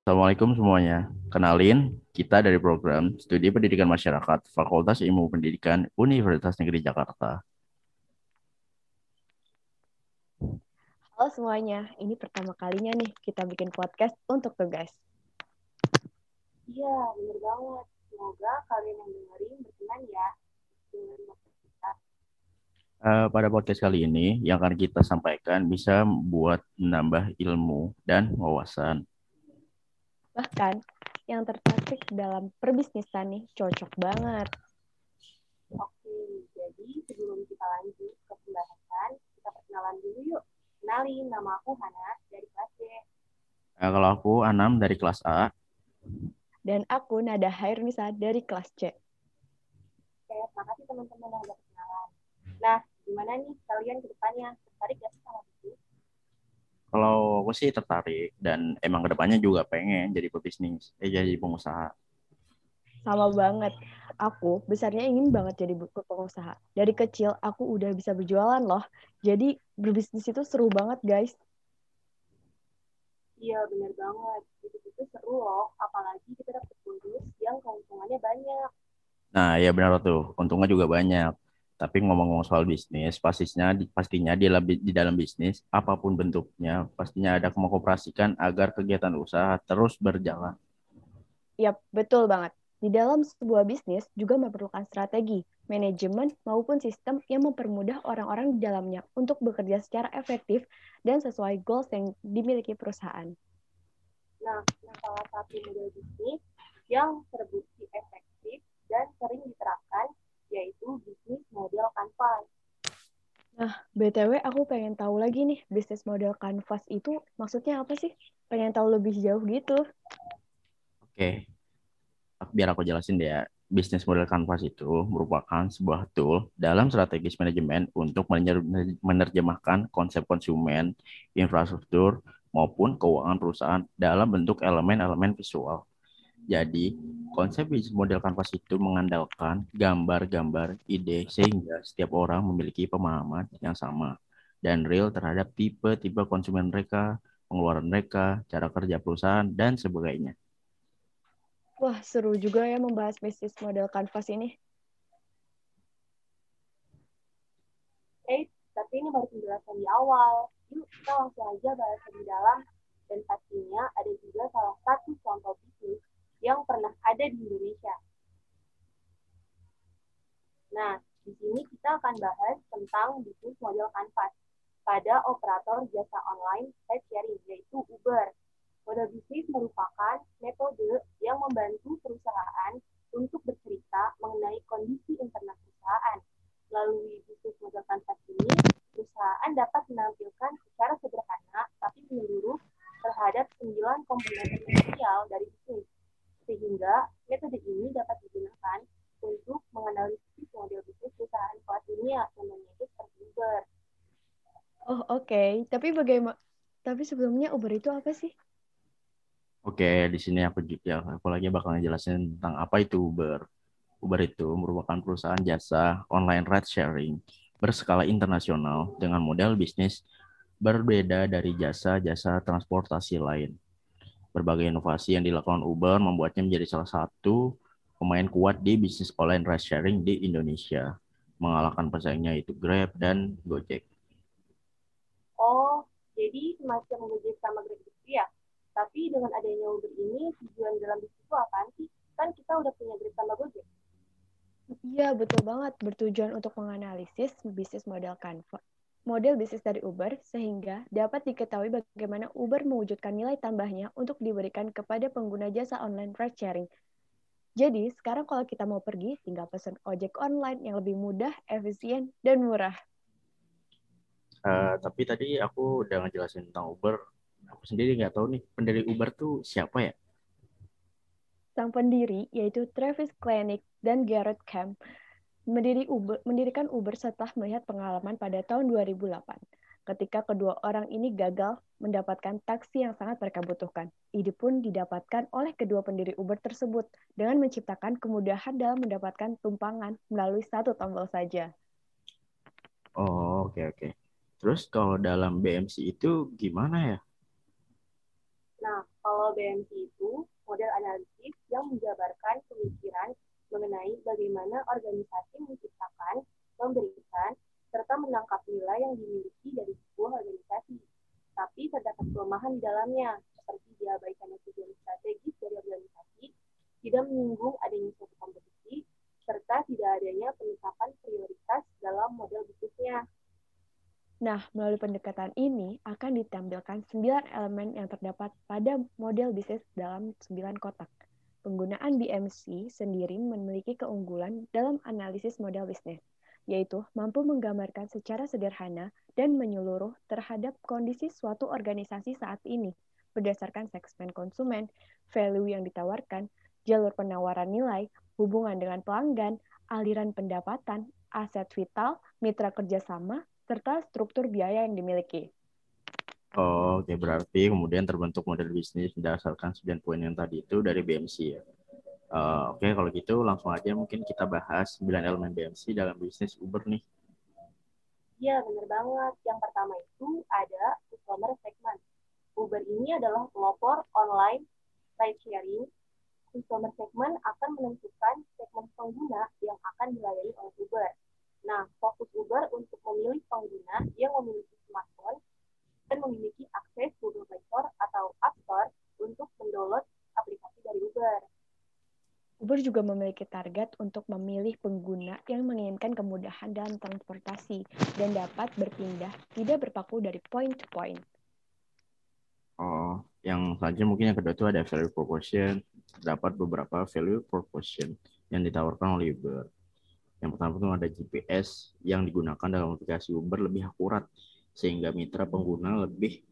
Assalamualaikum semuanya. Kenalin, kita dari program Studi Pendidikan Masyarakat Fakultas Ilmu Pendidikan Universitas Negeri Jakarta. Halo semuanya, ini pertama kalinya nih kita bikin podcast untuk tugas. Iya, bener banget. Semoga kalian yang dengerin berkenan ya dengan podcast kita. Pada podcast kali ini, yang akan kita sampaikan bisa buat menambah ilmu dan wawasan. Bahkan yang tertarik dalam perbisnisan nih cocok banget. Oke, jadi sebelum kita lanjut ke pembahasan, kita perkenalan dulu yuk. Kenalin, nama aku Hana dari kelas C. Kalau aku Anam dari kelas A. Dan aku Nada Hairnisa dari kelas C. Oke, makasih teman-teman yang udah perkenalan. Nah, gimana nih kalian ke depannya? Tertarik gak sih sama bisnis? Kalau aku sih tertarik dan emang kedepannya juga pengen jadi pebisnis, jadi pengusaha. Sama banget. Aku besarnya ingin banget jadi pengusaha. Dari kecil aku udah bisa berjualan loh. Jadi berbisnis itu seru banget guys. Iya, bener banget. Itu seru loh, apalagi kita dapet bonus yang keuntungannya banyak. Nah, ya benar tuh, untungnya juga banyak. Tapi ngomong-ngomong soal bisnis, pastinya di dalam bisnis, apapun bentuknya, pastinya ada mengoperasikan agar kegiatan usaha terus berjalan. Yap, betul banget. Di dalam sebuah bisnis juga memerlukan strategi, manajemen, maupun sistem yang mempermudah orang-orang di dalamnya untuk bekerja secara efektif dan sesuai goals yang dimiliki perusahaan. Nah, salah satu model bisnis yang terbukti efektif dan sering diterapkan yaitu bisnis model kanvas. Nah, BTW aku pengen tahu lagi nih, bisnis model canvas itu maksudnya apa sih? Pengen tahu lebih jauh gitu. Oke, biar aku jelasin deh ya. Bisnis model kanvas itu merupakan sebuah tool dalam strategis manajemen untuk menerjemahkan konsep konsumen, infrastruktur, maupun keuangan perusahaan dalam bentuk elemen-elemen visual. Jadi, konsep bisnis model kanvas itu mengandalkan gambar-gambar ide sehingga setiap orang memiliki pemahaman yang sama dan real terhadap tipe-tipe konsumen mereka, pengeluaran mereka, cara kerja perusahaan, dan sebagainya. Wah, seru juga ya membahas bisnis model canvas ini. Tapi ini baru penjelasan di awal. Yuk, kita langsung aja bahas lebih dalam. Dan pastinya ada juga salah satu contoh bisnis yang pernah ada di Indonesia. Nah, di sini kita akan bahas tentang bisnis model kanvas pada operator jasa online ride sharing, yaitu Uber. Model bisnis merupakan metode yang membantu perusahaan untuk bercerita mengenai kondisi internal perusahaan. Melalui bisnis model kanvas ini, perusahaan dapat menampilkan secara sederhana tapi menyeluruh terhadap 9 komponen esensial dari bisnis. Sehingga metode ini dapat digunakan untuk menganalisis model bisnis perusahaan kelas dunia, contohnya itu seperti Uber. Oh, oke. Tapi sebelumnya Uber itu apa sih? Oke, di sini aku lagi bakal ngejelasin tentang apa itu Uber. Uber itu merupakan perusahaan jasa online ride sharing berskala internasional dengan model bisnis berbeda dari jasa-jasa transportasi lain. Berbagai inovasi yang dilakukan Uber membuatnya menjadi salah satu pemain kuat di bisnis online ride sharing di Indonesia, mengalahkan pesaingnya itu Grab dan Gojek. Oh, jadi semacam Gojek sama Grab gitu ya? Tapi dengan adanya Uber ini, tujuan dalam bisnis itu apaan sih? Kan kita udah punya Grab sama Gojek. Iya, betul banget. Bertujuan untuk menganalisis bisnis model Canva, model bisnis dari Uber, sehingga dapat diketahui bagaimana Uber mewujudkan nilai tambahnya untuk diberikan kepada pengguna jasa online ride sharing. Jadi, sekarang kalau kita mau pergi, tinggal pesan ojek online yang lebih mudah, efisien, dan murah. Tapi tadi aku udah ngejelasin tentang Uber. Aku sendiri nggak tahu nih pendiri Uber tuh siapa ya? Sang pendiri, yaitu Travis Kalanick dan Garrett Camp, mendirikan Uber setelah melihat pengalaman pada tahun 2008. Ketika kedua orang ini gagal mendapatkan taksi yang sangat mereka butuhkan. Ide pun didapatkan oleh kedua pendiri Uber tersebut dengan menciptakan kemudahan dalam mendapatkan tumpangan melalui satu tombol saja. Oh, oke oke. Terus kalau dalam BMC itu gimana ya? Nah, kalau BMC itu model analisis yang menjabarkan pemikiran mengenai bagaimana organisasi menciptakan, memberikan, serta menangkap nilai yang dimiliki dari sebuah organisasi. Tapi terdapat kelemahan di dalamnya, seperti diabaikannya tujuan strategis dari organisasi, tidak menyinggung adanya suatu kompetisi, serta tidak adanya penetapan prioritas dalam model bisnisnya. Nah, melalui pendekatan ini akan ditampilkan 9 elemen yang terdapat pada model bisnis dalam 9 kotak. Penggunaan BMC sendiri memiliki keunggulan dalam analisis model bisnis, yaitu mampu menggambarkan secara sederhana dan menyeluruh terhadap kondisi suatu organisasi saat ini, berdasarkan segmen konsumen, value yang ditawarkan, jalur penawaran nilai, hubungan dengan pelanggan, aliran pendapatan, aset vital, mitra kerjasama, serta struktur biaya yang dimiliki. Oh, oke, berarti kemudian terbentuk model bisnis berdasarkan 9 poin yang tadi itu dari BMC ya. Oke, kalau gitu langsung aja mungkin kita bahas 9 elemen BMC dalam bisnis Uber nih. Iya, benar banget. Yang pertama itu ada customer segment. Uber ini adalah pelopor online ride sharing. Customer segment akan menentukan segmen pengguna yang akan dilayani oleh Uber. Nah, fokus Uber untuk memilih pengguna yang memiliki smartphone dan memiliki akses Google Play Store atau App Store untuk mendownload aplikasi dari Uber. Uber juga memiliki target untuk memilih pengguna yang menginginkan kemudahan dalam transportasi dan dapat berpindah, tidak berpaku dari point to point. Oh, yang selanjutnya mungkin yang kedua itu ada value proposition. Terdapat beberapa value proposition yang ditawarkan oleh Uber. Yang pertama itu ada GPS yang digunakan dalam aplikasi Uber lebih akurat sehingga mitra pengguna lebih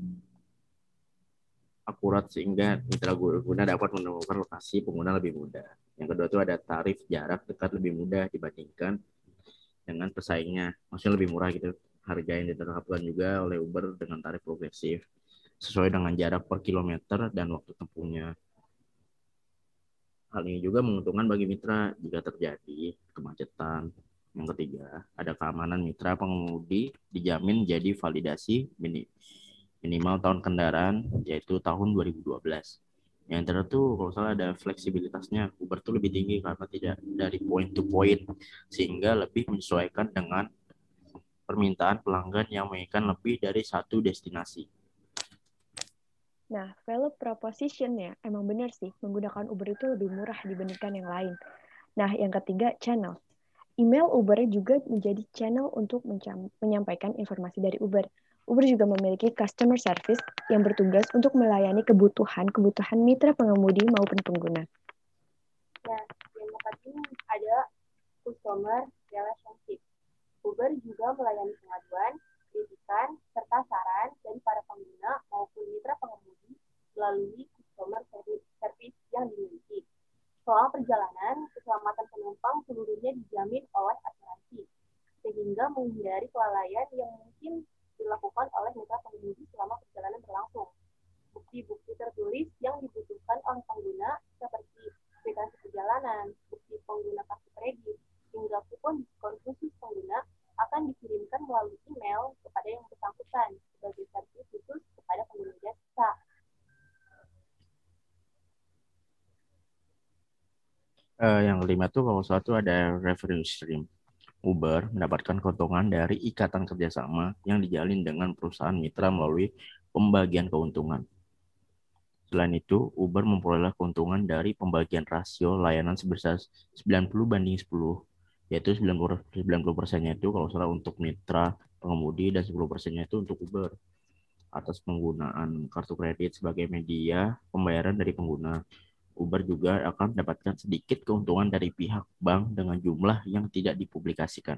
akurat sehingga mitra pengguna dapat menemukan lokasi pengguna lebih mudah. Yang kedua itu ada tarif jarak dekat lebih mudah dibandingkan dengan pesaingnya. Maksudnya lebih murah gitu. Harga yang ditetapkan juga oleh Uber dengan tarif progresif sesuai dengan jarak per kilometer dan waktu tempuhnya. Hal ini juga menguntungkan bagi mitra jika terjadi kemacetan. Yang ketiga, ada keamanan mitra pengemudi dijamin jadi validasi minimal tahun kendaraan, yaitu tahun 2012. Yang terakhir tuh kalau salah ada fleksibilitasnya. Uber tuh lebih tinggi karena tidak dari point to point, sehingga lebih menyesuaikan dengan permintaan pelanggan yang menginginkan lebih dari satu destinasi. Nah, value proposition-nya emang benar sih, menggunakan Uber itu lebih murah dibandingkan yang lain. Nah, yang ketiga, channel. Email Uber juga menjadi channel untuk menyampaikan informasi dari Uber. Uber juga memiliki customer service yang bertugas untuk melayani kebutuhan mitra pengemudi maupun pengguna. Nah, yang keempat ini ada customer relationship. Uber juga melayani pengaduan, kritikan, serta saran dari para pengguna maupun mitra pengemudi melalui customer service yang dimiliki. Soal perjalanan, keselamatan penumpang seluruhnya dijamin oleh asuransi, sehingga menghindari kelalaian yang mungkin dilakukan oleh mitra pengemudi selama perjalanan berlangsung. Bukti-bukti tertulis yang dibutuhkan oleh pengguna seperti kwitansi perjalanan, bukti pengguna kartu kredit, hingga kupon diskon khusus pengguna akan dikirimkan melalui email kepada yang bersangkutan sebagai servis khusus kepada pengguna jasa. Yang kelima tuh kalau salah tuh ada revenue stream. Uber mendapatkan keuntungan dari ikatan kerjasama yang dijalin dengan perusahaan mitra melalui pembagian keuntungan. Selain itu, Uber memperoleh keuntungan dari pembagian rasio layanan sebesar 90/10, yaitu 90% itu kalau salah untuk mitra pengemudi dan 10% itu untuk Uber atas penggunaan kartu kredit sebagai media pembayaran dari pengguna. Uber juga akan mendapatkan sedikit keuntungan dari pihak bank dengan jumlah yang tidak dipublikasikan.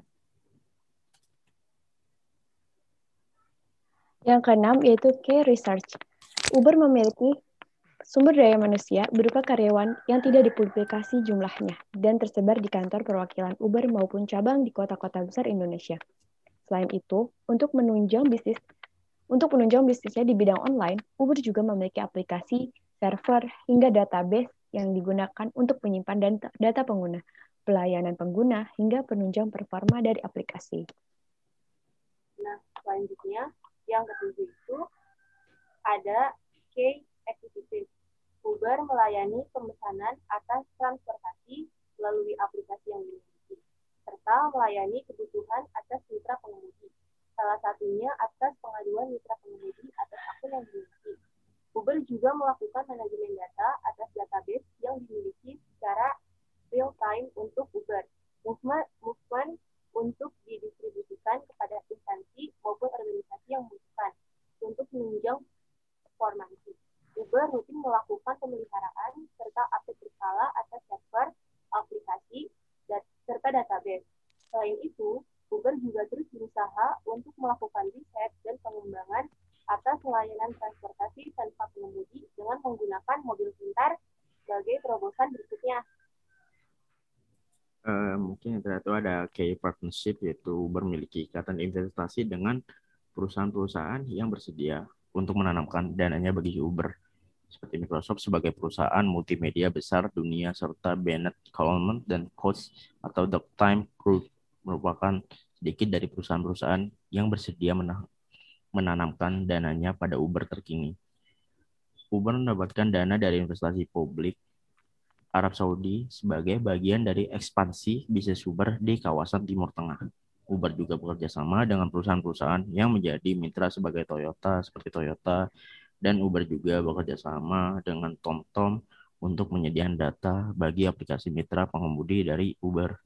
Yang keenam yaitu key research. Uber memiliki sumber daya manusia berupa karyawan yang tidak dipublikasi jumlahnya dan tersebar di kantor perwakilan Uber maupun cabang di kota-kota besar Indonesia. Selain itu, untuk menunjang bisnisnya di bidang online, Uber juga memiliki aplikasi, server, hingga database yang digunakan untuk menyimpan data pengguna, pelayanan pengguna, hingga penunjang performa dari aplikasi. Nah, selanjutnya, yang ketujuh itu ada key executive. Uber melayani pemesanan atas transportasi melalui aplikasi yang dimiliki, serta melayani kebutuhan atas mitra pengemudi. Salah satunya atas pengaduan mitra pengemudi atas akun yang dimiliki. Uber juga melakukan manajemen data atas database yang dimiliki secara real time untuk Uber. Movement untuk didistribusikan kepada instansi maupun organisasi yang membutuhkan untuk menunjang performansi. Uber rutin melakukan pemeliharaan serta update berkala atas server, aplikasi, serta database. Selain itu, Uber juga terus berusaha untuk melakukan riset dan pengembangan atas layanan transportasi tanpa pengemudi dengan menggunakan mobil pintar sebagai terobosan berikutnya. Mungkin yang terakhir ada key partnership, yaitu Uber memiliki ikatan investasi dengan perusahaan-perusahaan yang bersedia untuk menanamkan dananya bagi Uber, seperti Microsoft sebagai perusahaan multimedia besar dunia, serta Bennett Coleman dan Coach atau DocTime Group merupakan sedikit dari perusahaan-perusahaan yang bersedia menanamkan dananya pada Uber terkini. Uber mendapatkan dana dari investasi publik Arab Saudi sebagai bagian dari ekspansi bisnis Uber di kawasan Timur Tengah. Uber juga bekerja sama dengan perusahaan-perusahaan yang menjadi mitra sebagai Toyota, seperti Toyota, dan Uber juga bekerja sama dengan TomTom untuk menyediakan data bagi aplikasi mitra pengemudi dari Uber.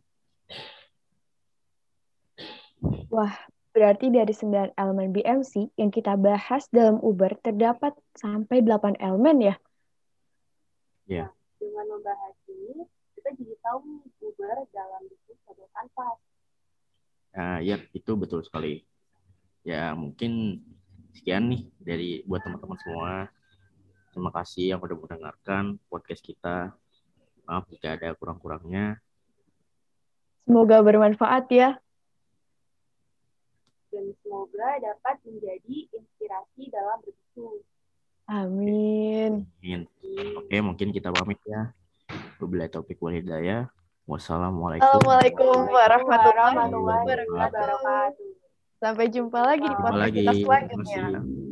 Wah, berarti dari 9 elemen BMC yang kita bahas dalam Uber terdapat sampai 8 elemen ya? Ya. Nah, dengan membahas ini, kita jadi tahu nih Uber dalam bisnis model kanvas. Ya, itu betul sekali. Ya, mungkin sekian nih dari buat teman-teman semua. Terima kasih yang sudah mendengarkan podcast kita. Maaf jika ada kurang-kurangnya. Semoga bermanfaat ya. Dan semoga dapat menjadi inspirasi dalam berbisnis. Amin. Oke, mungkin kita pamit ya. Wabillahi taufiq wal hidayah. Wassalamualaikum warahmatullahi wabarakatuh. wabarakatuh. Sampai jumpa lagi di podcast kita selanjutnya.